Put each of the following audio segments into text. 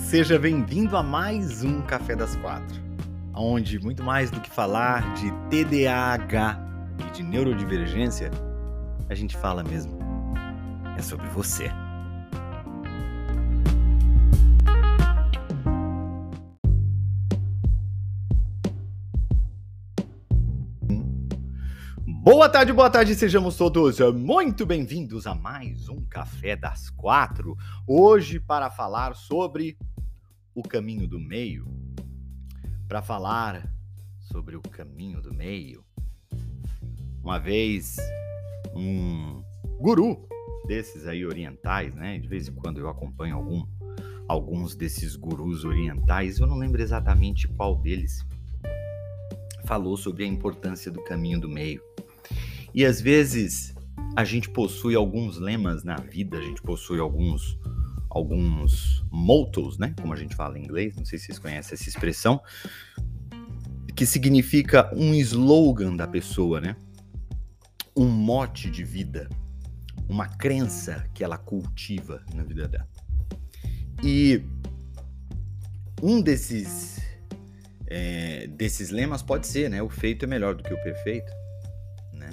Seja bem-vindo a mais um Café das Quatro, onde muito mais do que falar de TDAH e de neurodivergência, a gente fala mesmo, é sobre você. Boa tarde, sejamos todos muito bem-vindos a mais um Café das Quatro. Hoje para falar sobre o caminho do meio. Para falar sobre o caminho do meio, uma vez um guru desses aí orientais, né? De vez em quando eu acompanho alguns desses gurus orientais, eu não lembro exatamente qual deles falou sobre a importância do caminho do meio. E às vezes a gente possui alguns lemas na vida, a gente possui alguns mottos, né? Como a gente fala em inglês, não sei se vocês conhecem essa expressão, que significa um slogan da pessoa, né? Um mote de vida, uma crença que ela cultiva na vida dela. E um desses lemas pode ser, né? O feito é melhor do que o perfeito, né?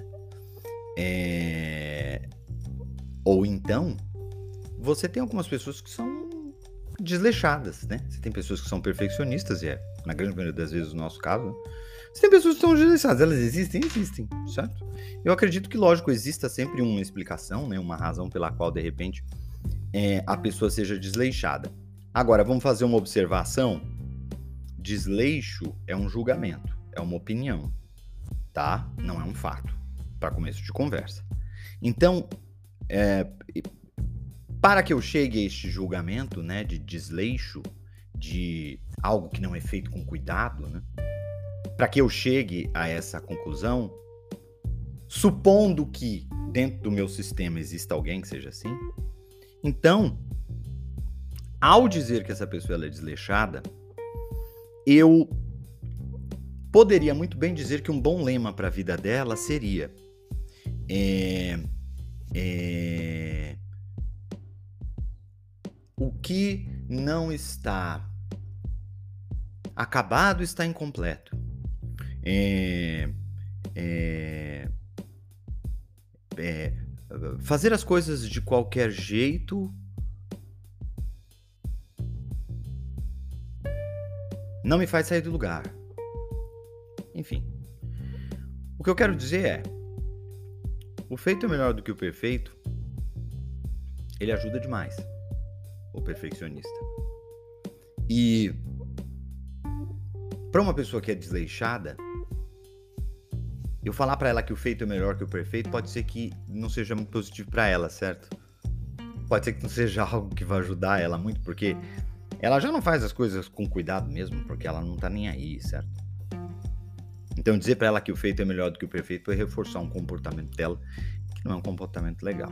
Ou então, você tem algumas pessoas que são desleixadas, né? Você tem pessoas que são perfeccionistas, e na grande maioria das vezes o nosso caso, né? Você tem pessoas que são desleixadas, elas existem, certo? Eu acredito que, lógico, exista sempre uma explicação, né? Uma razão pela qual, de repente, a pessoa seja desleixada. Agora, vamos fazer uma observação. Desleixo é um julgamento, é uma opinião, tá? Não é um fato, para começo de conversa. Então, para que eu chegue a este julgamento, né, de desleixo, de algo que não é feito com cuidado, né, para que eu chegue a essa conclusão, supondo que dentro do meu sistema exista alguém que seja assim, então, ao dizer que essa pessoa ela é desleixada, eu poderia muito bem dizer que um bom lema para a vida dela seria o que não está acabado está incompleto. Fazer as coisas de qualquer jeito não me faz sair do lugar. Enfim, o que eu quero dizer é, o feito é melhor do que o perfeito, ele ajuda demais o perfeccionista. E para uma pessoa que é desleixada, eu falar para ela que o feito é melhor que o perfeito pode ser que não seja muito positivo para ela, certo? Pode ser que não seja algo que vai ajudar ela muito, porque ela já não faz as coisas com cuidado mesmo, porque ela não tá nem aí, certo? Então dizer para ela que o feito é melhor do que o perfeito vai reforçar um comportamento dela que não é um comportamento legal.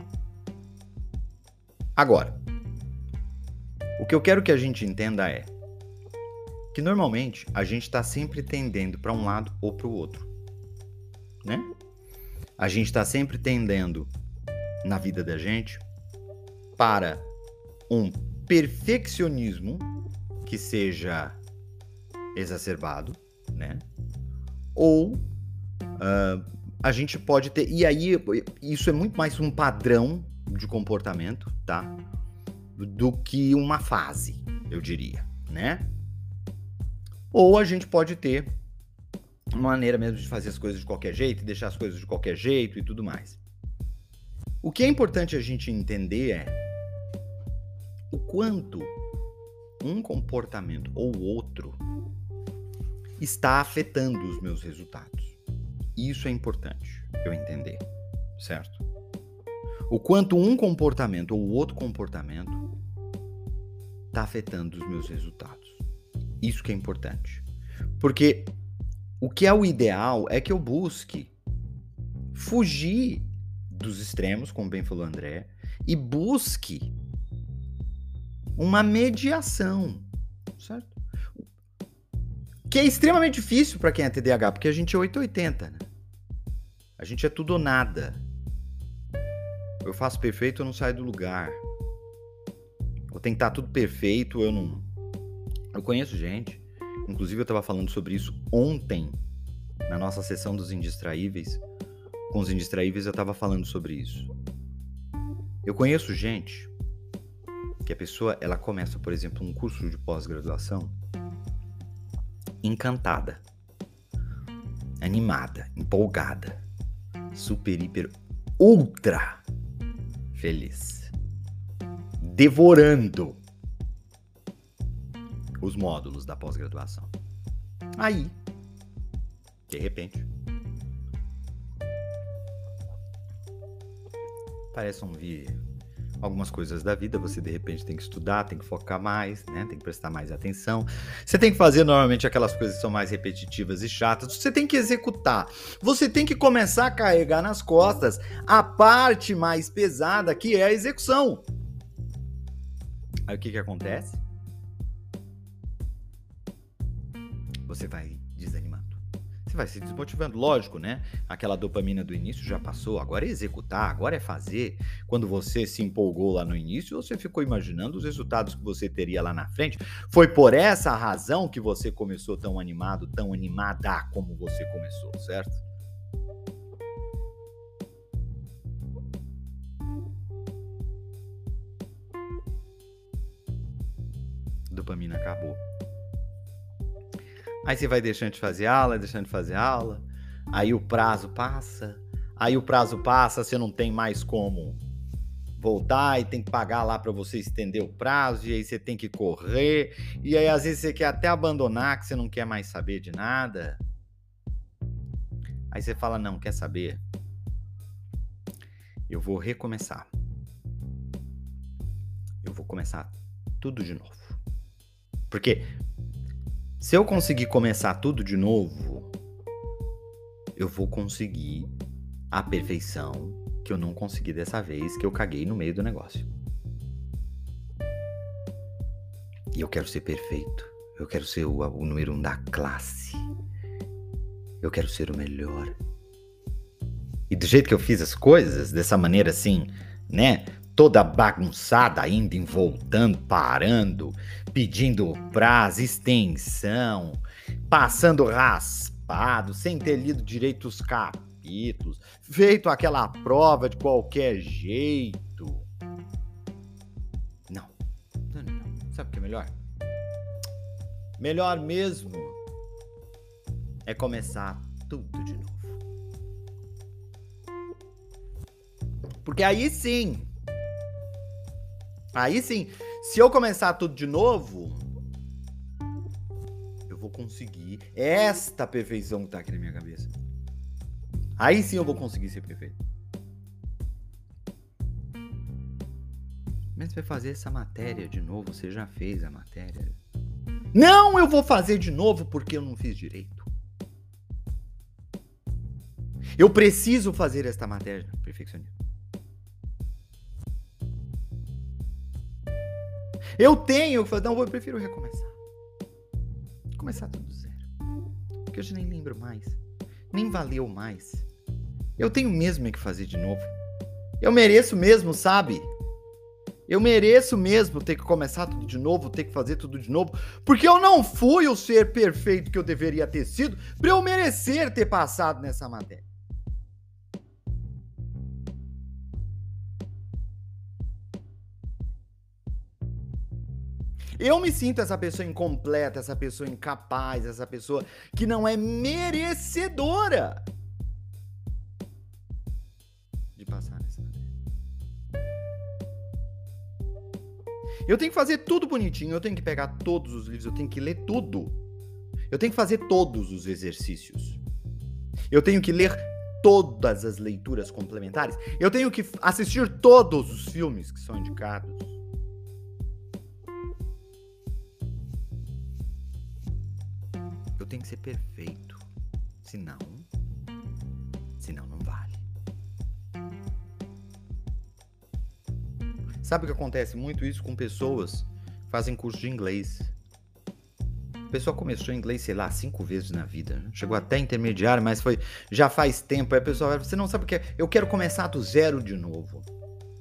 Agora, o que eu quero que a gente entenda é que normalmente a gente está sempre tendendo para um lado ou para o outro, né? A gente está sempre tendendo na vida da gente para um perfeccionismo que seja exacerbado, né? Ou a gente pode ter... E aí, isso é muito mais um padrão de comportamento, tá? Do que uma fase, eu diria, né? Ou a gente pode ter uma maneira mesmo de fazer as coisas de qualquer jeito, deixar as coisas de qualquer jeito e tudo mais. O que é importante a gente entender é o quanto um comportamento ou outro está afetando os meus resultados. Isso é importante eu entender, certo? O quanto um comportamento ou outro comportamento está afetando os meus resultados. Isso que é importante. Porque o que é o ideal é que eu busque fugir dos extremos, como bem falou o André, e busque uma mediação, certo? Que é extremamente difícil para quem é TDAH, porque a gente é 880, né? A gente é tudo ou nada. Eu faço perfeito, eu não saio do lugar. Ou tem que estar tudo perfeito, eu não Eu conheço gente, inclusive eu estava falando sobre isso ontem, na nossa sessão dos indistraíveis. Com os indistraíveis eu estava falando sobre isso. Eu conheço gente que a pessoa, ela começa, por exemplo, um curso de pós-graduação encantada, animada, empolgada, super, hiper, ultra feliz, devorando os módulos da pós-graduação. Aí, de repente, parecem vir algumas coisas da vida, você de repente tem que estudar, tem que focar mais, né? Tem que prestar mais atenção. Você tem que fazer normalmente aquelas coisas que são mais repetitivas e chatas. Você tem que executar. Você tem que começar a carregar nas costas a parte mais pesada, que é a execução. Aí o que acontece? Você vai desanimando. Você vai se desmotivando. Lógico, né? Aquela dopamina do início já passou. Agora é executar, agora é fazer. Quando você se empolgou lá no início, você ficou imaginando os resultados que você teria lá na frente. Foi por essa razão que você começou tão animado, tão animada como você começou, certo? Dopamina acabou. Aí você vai deixando de fazer aula, aí o prazo passa, você não tem mais como voltar e tem que pagar lá para você estender o prazo, e aí você tem que correr, e aí às vezes você quer até abandonar, que você não quer mais saber de nada. Aí você fala, não, quer saber? Eu vou recomeçar. Eu vou começar tudo de novo. Porque se eu conseguir começar tudo de novo, eu vou conseguir a perfeição que eu não consegui dessa vez, que eu caguei no meio do negócio. E eu quero ser perfeito. Eu quero ser o número 1 da classe. Eu quero ser o melhor. E do jeito que eu fiz as coisas, dessa maneira assim, né? Toda bagunçada, indo e voltando, parando, pedindo prazo, extensão, passando raspado, sem ter lido direito os capítulos, feito aquela prova de qualquer jeito. Não. Sabe o que é melhor? Melhor mesmo é começar tudo de novo. Porque aí sim, se eu começar tudo de novo, eu vou conseguir esta perfeição que tá aqui na minha cabeça. Aí sim eu vou conseguir ser perfeito. Mas você vai fazer essa matéria de novo, você já fez a matéria. Não, eu vou fazer de novo porque eu não fiz direito. Eu preciso fazer esta matéria, perfeccionismo. Eu prefiro recomeçar. Começar tudo do zero. Porque eu já nem lembro mais. Nem valeu mais. Eu tenho mesmo que fazer de novo. Eu mereço mesmo, sabe? Eu mereço mesmo ter que começar tudo de novo, ter que fazer tudo de novo. Porque eu não fui o ser perfeito que eu deveria ter sido para eu merecer ter passado nessa matéria. Eu me sinto essa pessoa incompleta, essa pessoa incapaz, essa pessoa que não é merecedora de passar nessa matéria. Eu tenho que fazer tudo bonitinho, eu tenho que pegar todos os livros, eu tenho que ler tudo. Eu tenho que fazer todos os exercícios. Eu tenho que ler todas as leituras complementares. Eu tenho que assistir todos os filmes que são indicados. Eu tenho que ser perfeito. Senão não vale. Sabe o que acontece muito isso com pessoas que fazem curso de inglês? A pessoa começou inglês, sei lá, 5 vezes na vida. Chegou até intermediário, mas já faz tempo. Aí a pessoa vai, você não sabe o que é? Eu quero começar do zero de novo.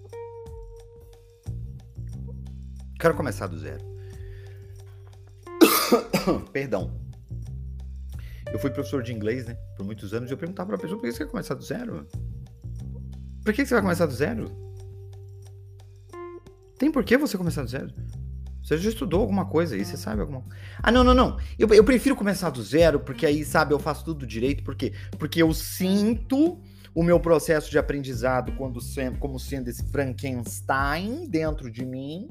Quero começar do zero. Perdão. Eu fui professor de inglês, né? Por muitos anos. E eu perguntava pra pessoa, por que você vai começar do zero? Por que você vai começar do zero? Tem por que você começar do zero? Você já estudou alguma coisa aí, você sabe alguma coisa. Ah, não. Eu prefiro começar do zero, porque aí, sabe, eu faço tudo direito. Por quê? Porque eu sinto o meu processo de aprendizado como sendo esse Frankenstein dentro de mim.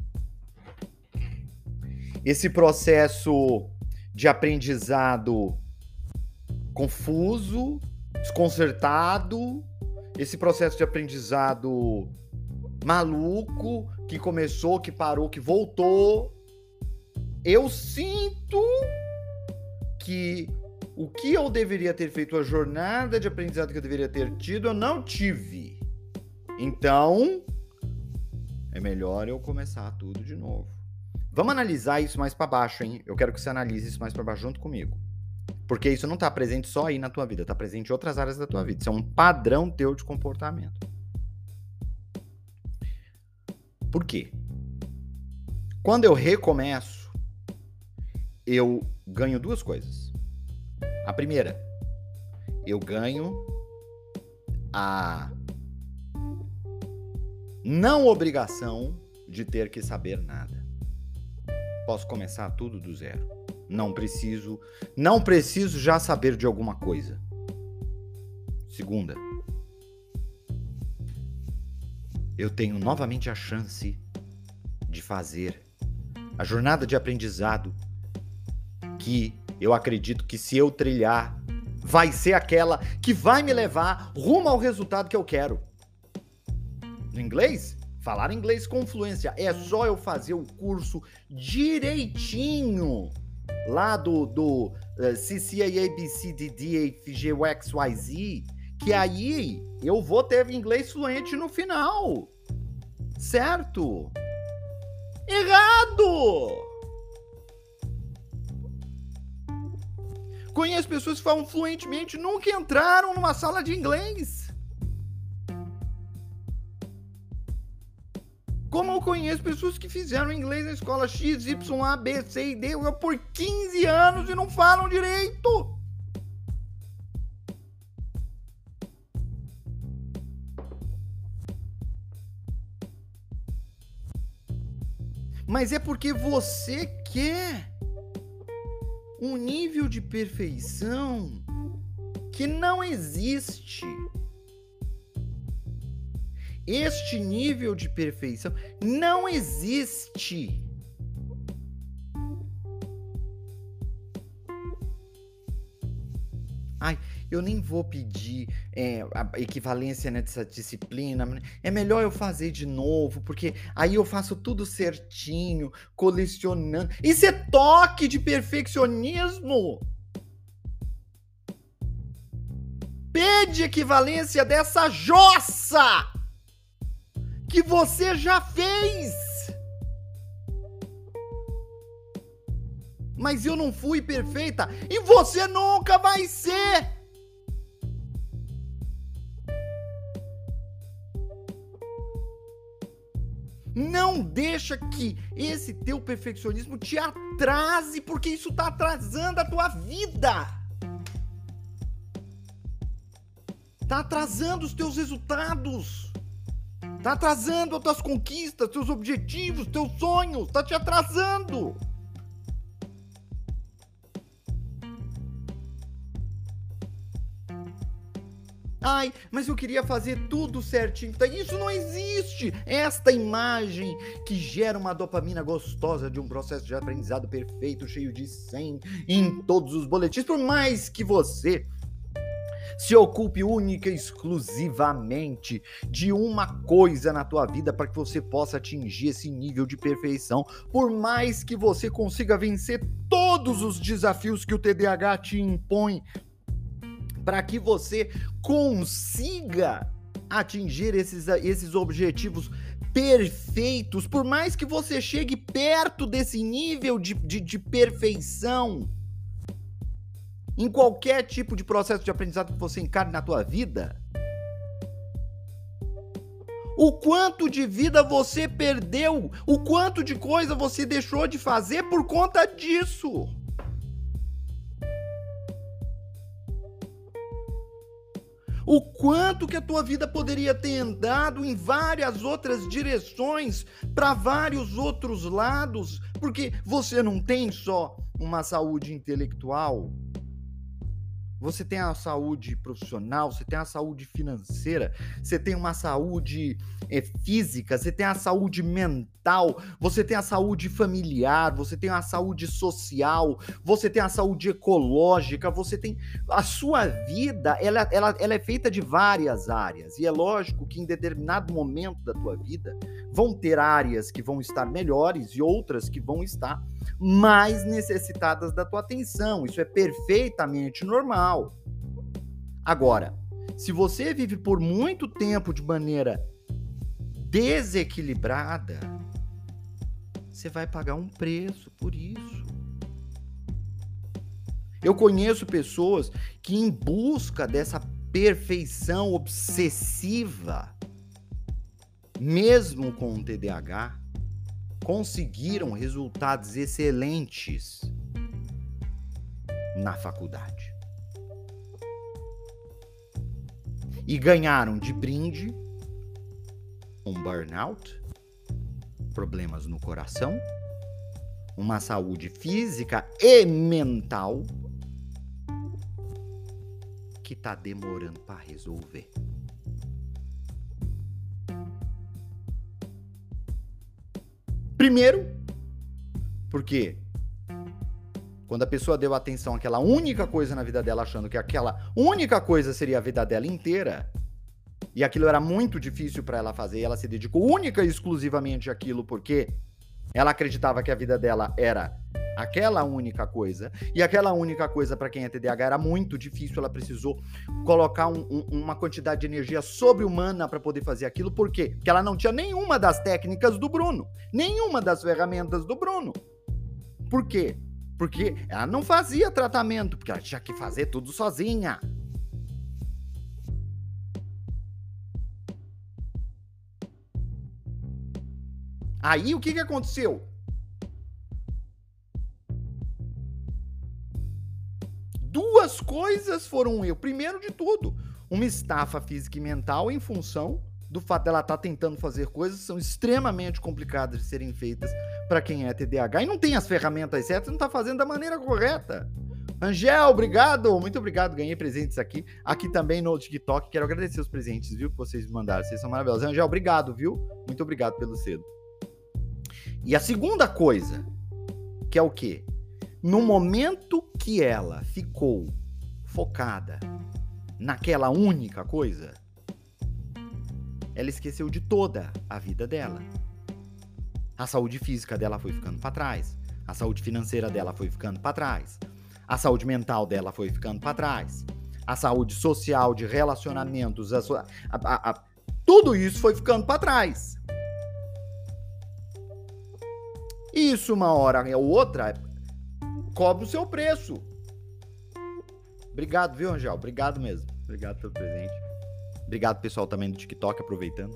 Esse processo de aprendizado confuso, desconcertado, esse processo de aprendizado maluco, que começou, que parou, que voltou. Eu sinto que o que eu deveria ter feito, a jornada de aprendizado que eu deveria ter tido, eu não tive. Então, é melhor eu começar tudo de novo. Vamos analisar isso mais para baixo, hein? Eu quero que você analise isso mais para baixo junto comigo. Porque isso não está presente só aí na tua vida, está presente em outras áreas da tua vida. Isso é um padrão teu de comportamento. Por quê? Quando eu recomeço, eu ganho duas coisas. A primeira, eu ganho a não obrigação de ter que saber nada. Posso começar tudo do zero. Não preciso já saber de alguma coisa. Segunda, eu tenho novamente a chance de fazer a jornada de aprendizado que eu acredito que, se eu trilhar, vai ser aquela que vai me levar rumo ao resultado que eu quero. No inglês, falar inglês com fluência. É só eu fazer o curso direitinho lá do CCAABCDDFGXYZ, que aí eu vou ter inglês fluente no final. Certo? Errado! Conheço pessoas que falam fluentemente, nunca entraram numa sala de inglês. Como eu conheço pessoas que fizeram inglês na escola X, Y, A, B, C e D por 15 anos e não falam direito. Mas é porque você quer um nível de perfeição que não existe. Este nível de perfeição não existe. Ai, eu nem vou pedir a equivalência nessa disciplina. É melhor eu fazer de novo, porque aí eu faço tudo certinho, colecionando. Isso é toque de perfeccionismo. Pede equivalência dessa jossa que você já fez. Mas eu não fui perfeita e você nunca vai ser. Não deixa que esse teu perfeccionismo te atrase, porque isso tá atrasando a tua vida. Tá atrasando os teus resultados. Tá atrasando as tuas conquistas, teus objetivos, teus sonhos. Tá te atrasando. Ai, mas eu queria fazer tudo certinho. Isso não existe. Esta imagem que gera uma dopamina gostosa de um processo de aprendizado perfeito, cheio de 100 em todos os boletins, por mais que você se ocupe única e exclusivamente de uma coisa na tua vida para que você possa atingir esse nível de perfeição, por mais que você consiga vencer todos os desafios que o TDAH te impõe, para que você consiga atingir esses objetivos perfeitos, por mais que você chegue perto desse nível de perfeição, em qualquer tipo de processo de aprendizado que você encare na tua vida, o quanto de vida você perdeu, o quanto de coisa você deixou de fazer por conta disso. O quanto que a tua vida poderia ter andado em várias outras direções, para vários outros lados, porque você não tem só uma saúde intelectual, você tem a saúde profissional, você tem a saúde financeira, você tem uma saúde física, você tem a saúde mental, você tem a saúde familiar, você tem a saúde social, você tem a saúde ecológica, você tem... A sua vida, ela é feita de várias áreas, e é lógico que em determinado momento da tua vida vão ter áreas que vão estar melhores e outras que vão estar mais necessitadas da tua atenção. Isso é perfeitamente normal. Agora, se você vive por muito tempo de maneira desequilibrada, você vai pagar um preço por isso. Eu conheço pessoas que, em busca dessa perfeição obsessiva, mesmo com o TDAH, conseguiram resultados excelentes na faculdade. E ganharam de brinde um burnout, problemas no coração, uma saúde física e mental que está demorando para resolver. Primeiro, porque quando a pessoa deu atenção àquela única coisa na vida dela, achando que aquela única coisa seria a vida dela inteira, e aquilo era muito difícil para ela fazer, e ela se dedicou única e exclusivamente àquilo porque ela acreditava que a vida dela era aquela única coisa, e aquela única coisa para quem é TDAH era muito difícil, ela precisou colocar uma quantidade de energia sobre-humana para poder fazer aquilo. Por quê? Porque ela não tinha nenhuma das técnicas do Bruno, nenhuma das ferramentas do Bruno. Por quê? Porque ela não fazia tratamento, porque ela tinha que fazer tudo sozinha. Aí o que aconteceu? Duas coisas foram um erro. Primeiro de tudo, uma estafa física e mental em função do fato dela estar tentando fazer coisas que são extremamente complicadas de serem feitas para quem é TDAH e não tem as ferramentas certas, não está fazendo da maneira correta. Angel, obrigado, muito obrigado, ganhei presentes aqui também no TikTok, quero agradecer os presentes, viu, que vocês me mandaram, vocês são maravilhosos. Angel, obrigado, viu, muito obrigado pelo cedo. E a segunda coisa, que é o quê? No momento que ela ficou focada naquela única coisa, ela esqueceu de toda a vida dela. A saúde física dela foi ficando para trás, a saúde financeira dela foi ficando para trás, a saúde mental dela foi ficando para trás, a saúde social, de relacionamentos, tudo isso foi ficando para trás. E isso, uma hora ou outra, cobra o seu preço. Obrigado, viu, Angel? Obrigado mesmo. Obrigado pelo presente. Obrigado, pessoal, também do TikTok, aproveitando.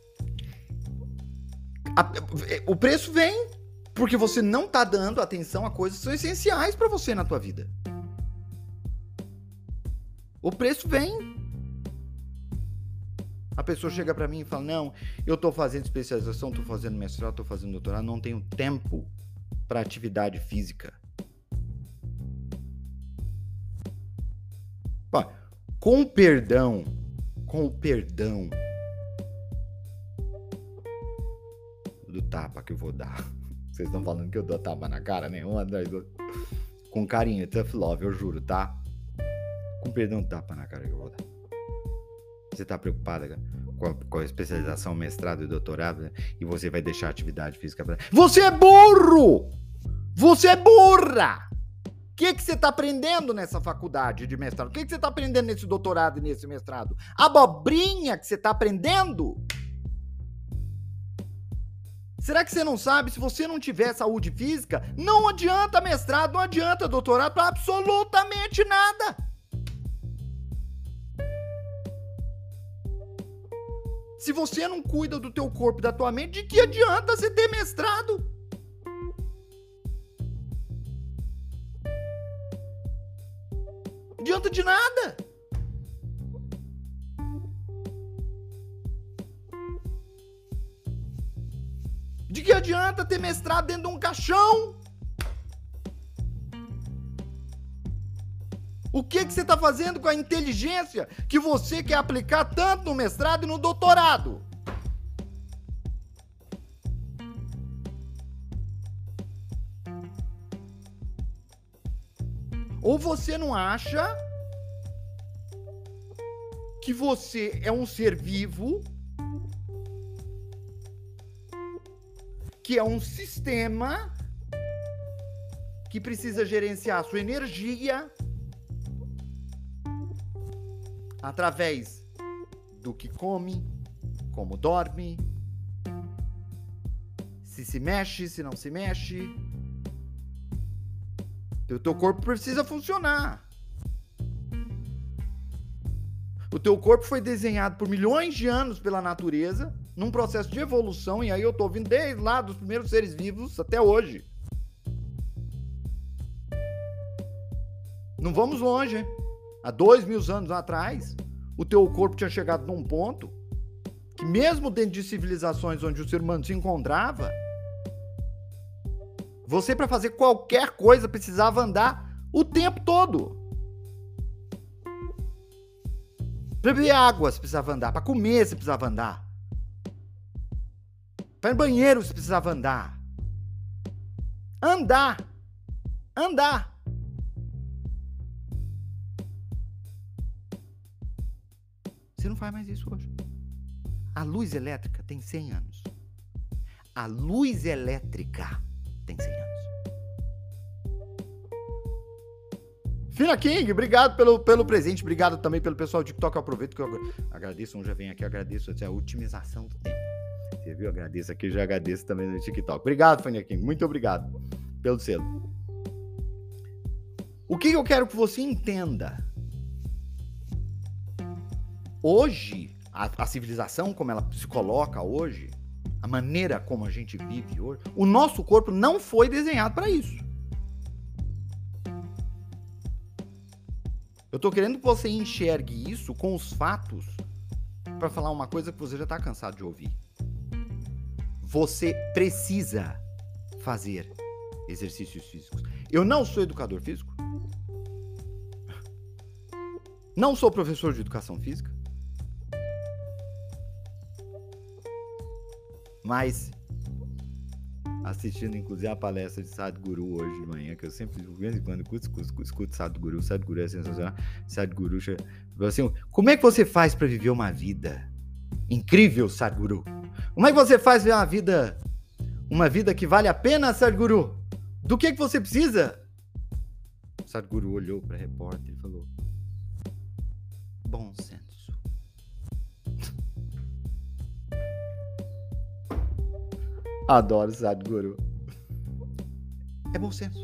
O preço vem porque você não tá dando atenção a coisas que são essenciais para você na tua vida. O preço vem. A pessoa chega para mim e fala, não, eu tô fazendo especialização, tô fazendo mestrado, tô fazendo doutorado, não tenho tempo para atividade física. Com o perdão do tapa que eu vou dar. Vocês estão falando que eu dou tapa na cara, né? Com carinho, tough love, eu juro, tá? Com perdão do tapa na cara que eu vou dar. Você tá preocupada com a especialização, mestrado e doutorado, né? E você vai deixar a atividade física pra... Você é burro! Você é burra! O que você tá aprendendo nessa faculdade de mestrado? O que você tá aprendendo nesse doutorado e nesse mestrado? Abobrinha que você tá aprendendo? Será que você não sabe? Se você não tiver saúde física, não adianta mestrado, não adianta doutorado, pra absolutamente nada. Se você não cuida do teu corpo e da tua mente, de que adianta você ter mestrado? Não adianta de nada. De que adianta ter mestrado dentro de um caixão? O que você está fazendo com a inteligência que você quer aplicar tanto no mestrado e no doutorado? Ou você não acha que você é um ser vivo, que é um sistema que precisa gerenciar a sua energia através do que come, como dorme, se mexe, se não se mexe. O teu corpo precisa funcionar. O teu corpo foi desenhado por milhões de anos pela natureza, num processo de evolução, e aí eu tô vindo desde lá dos primeiros seres vivos até hoje. Não vamos longe, hein? Há 2.000 anos atrás, o teu corpo tinha chegado num ponto que mesmo dentro de civilizações onde o ser humano se encontrava, você, para fazer qualquer coisa, precisava andar o tempo todo. Para beber água, você precisava andar. Para comer, você precisava andar. Para ir no banheiro, você precisava andar. Andar. Você não faz mais isso hoje. A luz elétrica tem 100 anos. A luz elétrica tem 100 anos. Fina King, obrigado pelo presente. Obrigado também pelo pessoal do TikTok. Eu aproveito que eu agradeço. Já vem aqui, agradeço a otimização do tempo. Você viu? Agradeço aqui, já agradeço também no TikTok. Obrigado, Fina King. Muito obrigado pelo selo. O que eu quero que você entenda? Hoje, a civilização como ela se coloca hoje, a maneira como a gente vive hoje, o nosso corpo não foi desenhado para isso. Eu tô querendo que você enxergue isso com os fatos para falar uma coisa que você já tá cansado de ouvir. Você precisa fazer exercícios físicos. Eu não sou educador físico. Não sou professor de educação física. Mas assistindo inclusive a palestra de Sadhguru hoje de manhã, que eu sempre, de vez em quando, escuto Sadhguru. Sadhguru é sensacional. Sadhguru falou assim: como é que você faz para viver uma vida incrível, Sadhguru? Como é que você faz viver uma vida que vale a pena, Sadhguru? Do que você precisa? Sadhguru olhou para a repórter e falou: bom senso. Adoro Sadhguru. É bom senso.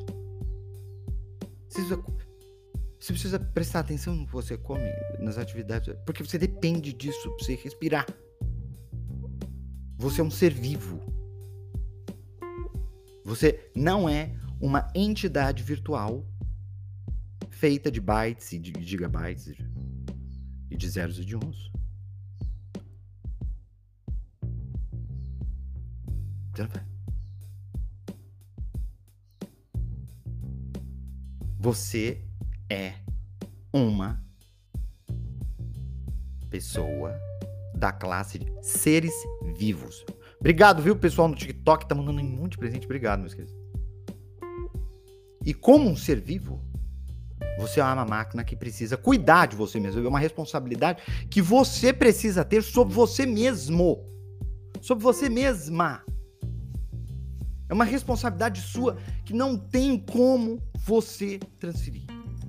Você precisa prestar atenção no que você come, nas atividades, porque você depende disso para você respirar. Você é um ser vivo. Você não é uma entidade virtual feita de bytes e de gigabytes e de zeros e de uns. Você é uma pessoa da classe de seres vivos. Obrigado, viu, pessoal no TikTok, tá mandando um monte de presente. Obrigado, meus queridos. E como um ser vivo, você é uma máquina que precisa cuidar de você mesmo. É uma responsabilidade que você precisa ter sobre você mesmo. Sobre você mesma. É uma responsabilidade sua que não tem como você transferir.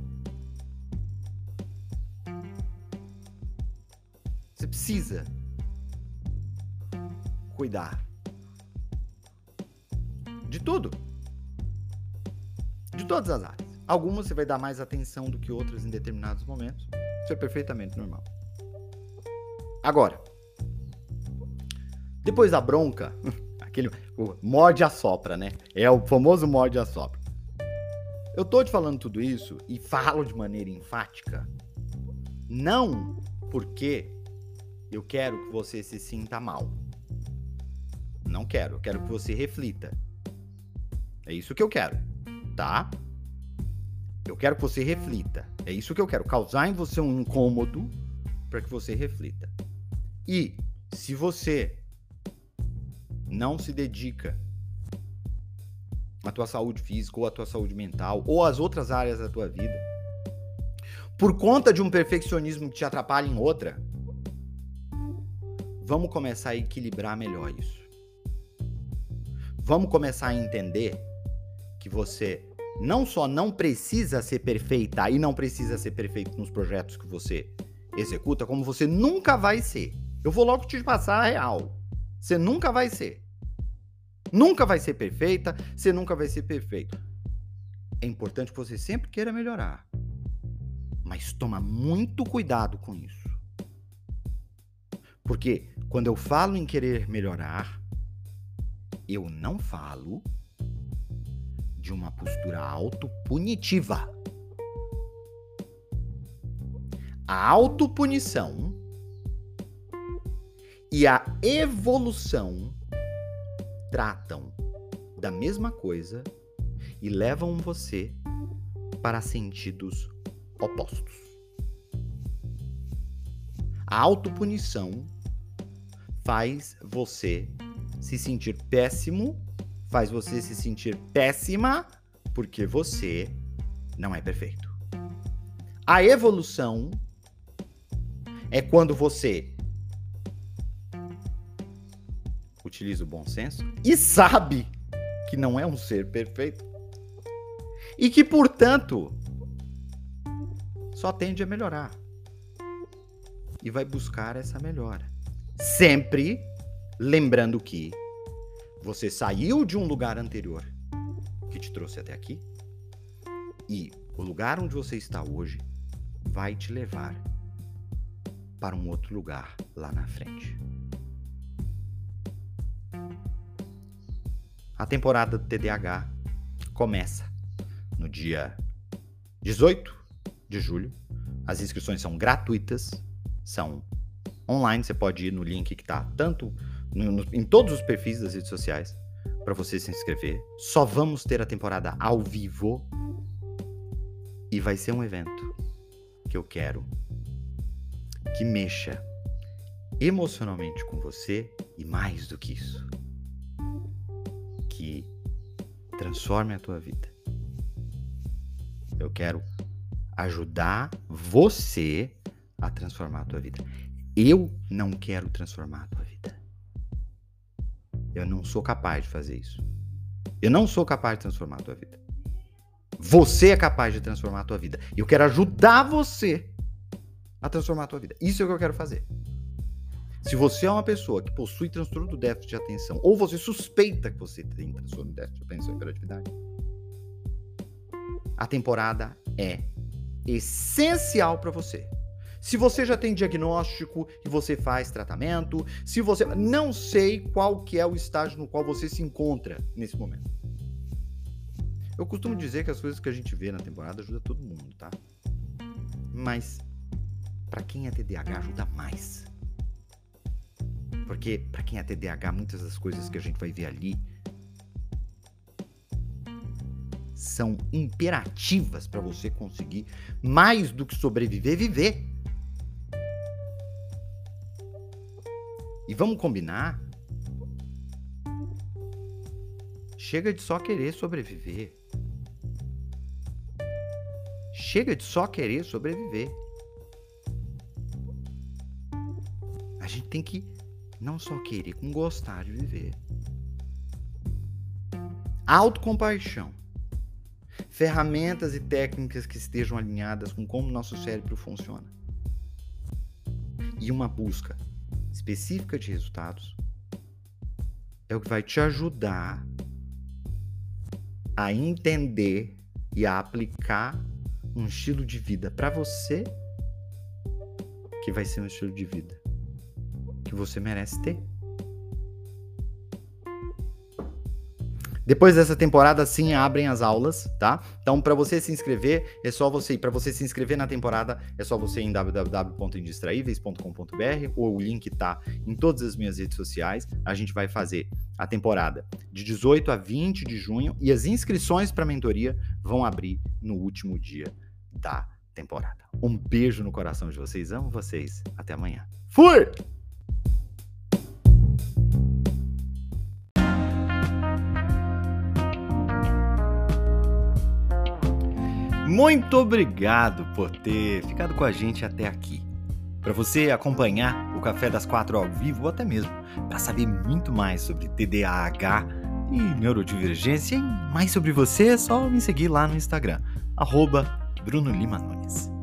Você precisa cuidar de tudo. De todas as áreas. Algumas você vai dar mais atenção do que outras em determinados momentos. Isso é perfeitamente normal. Agora, depois da bronca, o morde a sopra, né? É o famoso morde a sopra. Eu tô te falando tudo isso e falo de maneira enfática, não porque eu quero que você se sinta mal. Não quero. Eu quero que você reflita. É isso que eu quero, tá? Eu quero que você reflita. É isso que eu quero. Causar em você um incômodo para que você reflita. E se você não se dedica à tua saúde física ou à tua saúde mental ou às outras áreas da tua vida, por conta de um perfeccionismo que te atrapalha em outra, vamos começar a equilibrar melhor isso. Vamos começar a entender que você não só não precisa ser perfeita e não precisa ser perfeito nos projetos que você executa, como você nunca vai ser. Eu vou logo te passar a real. Você nunca vai ser. Nunca vai ser perfeita, você nunca vai ser perfeito. É importante que você sempre queira melhorar. Mas toma muito cuidado com isso. Porque quando eu falo em querer melhorar, eu não falo de uma postura autopunitiva. A autopunição e a evolução tratam da mesma coisa e levam você para sentidos opostos. A autopunição faz você se sentir péssimo, faz você se sentir péssima porque você não é perfeito. A evolução é quando você utiliza o bom senso e sabe que não é um ser perfeito e que, portanto, só tende a melhorar e vai buscar essa melhora. Sempre lembrando que você saiu de um lugar anterior que te trouxe até aqui e o lugar onde você está hoje vai te levar para um outro lugar lá na frente. A temporada do TDAH começa no dia 18 de julho. As inscrições são gratuitas, são online, você pode ir no link que está tanto em todos os perfis das redes sociais para você se inscrever. Só vamos ter a temporada ao vivo e vai ser um evento que eu quero que mexa emocionalmente com você e, mais do que isso, que transforme a tua vida. Eu quero ajudar você a transformar a tua vida. Eu não quero transformar a tua vida. Eu não sou capaz de fazer isso. Eu não sou capaz de transformar a tua vida. Você é capaz de transformar a tua vida. E eu quero ajudar você a transformar a tua vida. Isso é o que eu quero fazer. Se você é uma pessoa que possui transtorno do déficit de atenção, ou você suspeita que você tem transtorno do déficit de atenção e hiperatividade, a temporada é essencial para você. Se você já tem diagnóstico e você faz tratamento, se você... Não sei qual que é o estágio no qual você se encontra nesse momento. Eu costumo dizer que as coisas que a gente vê na temporada ajudam todo mundo, tá? Mas para quem é TDAH ajuda mais. Porque para quem é TDAH, muitas das coisas que a gente vai ver ali são imperativas para você conseguir, mais do que sobreviver, viver. E vamos combinar? Chega de só querer sobreviver. Chega de só querer sobreviver. A gente tem que não só querer, como gostar de viver. Autocompaixão. Ferramentas e técnicas que estejam alinhadas com como nosso cérebro funciona. E uma busca específica de resultados é o que vai te ajudar a entender e a aplicar um estilo de vida para você que vai ser um estilo de vida que você merece ter. Depois dessa temporada, sim, abrem as aulas, tá? Então, para você se inscrever, é só você ir. Para você se inscrever na temporada, é só você ir em www.indistraíveis.com.br, ou o link tá em todas as minhas redes sociais. A gente vai fazer a temporada de 18 a 20 de junho e as inscrições para a mentoria vão abrir no último dia da temporada. Um beijo no coração de vocês, amo vocês. Até amanhã. Fui! Muito obrigado por ter ficado com a gente até aqui. Para você acompanhar o Café das 4 ao vivo, ou até mesmo para saber muito mais sobre TDAH e neurodivergência e mais sobre você, é só me seguir lá no Instagram, @Bruno Lima Nunes.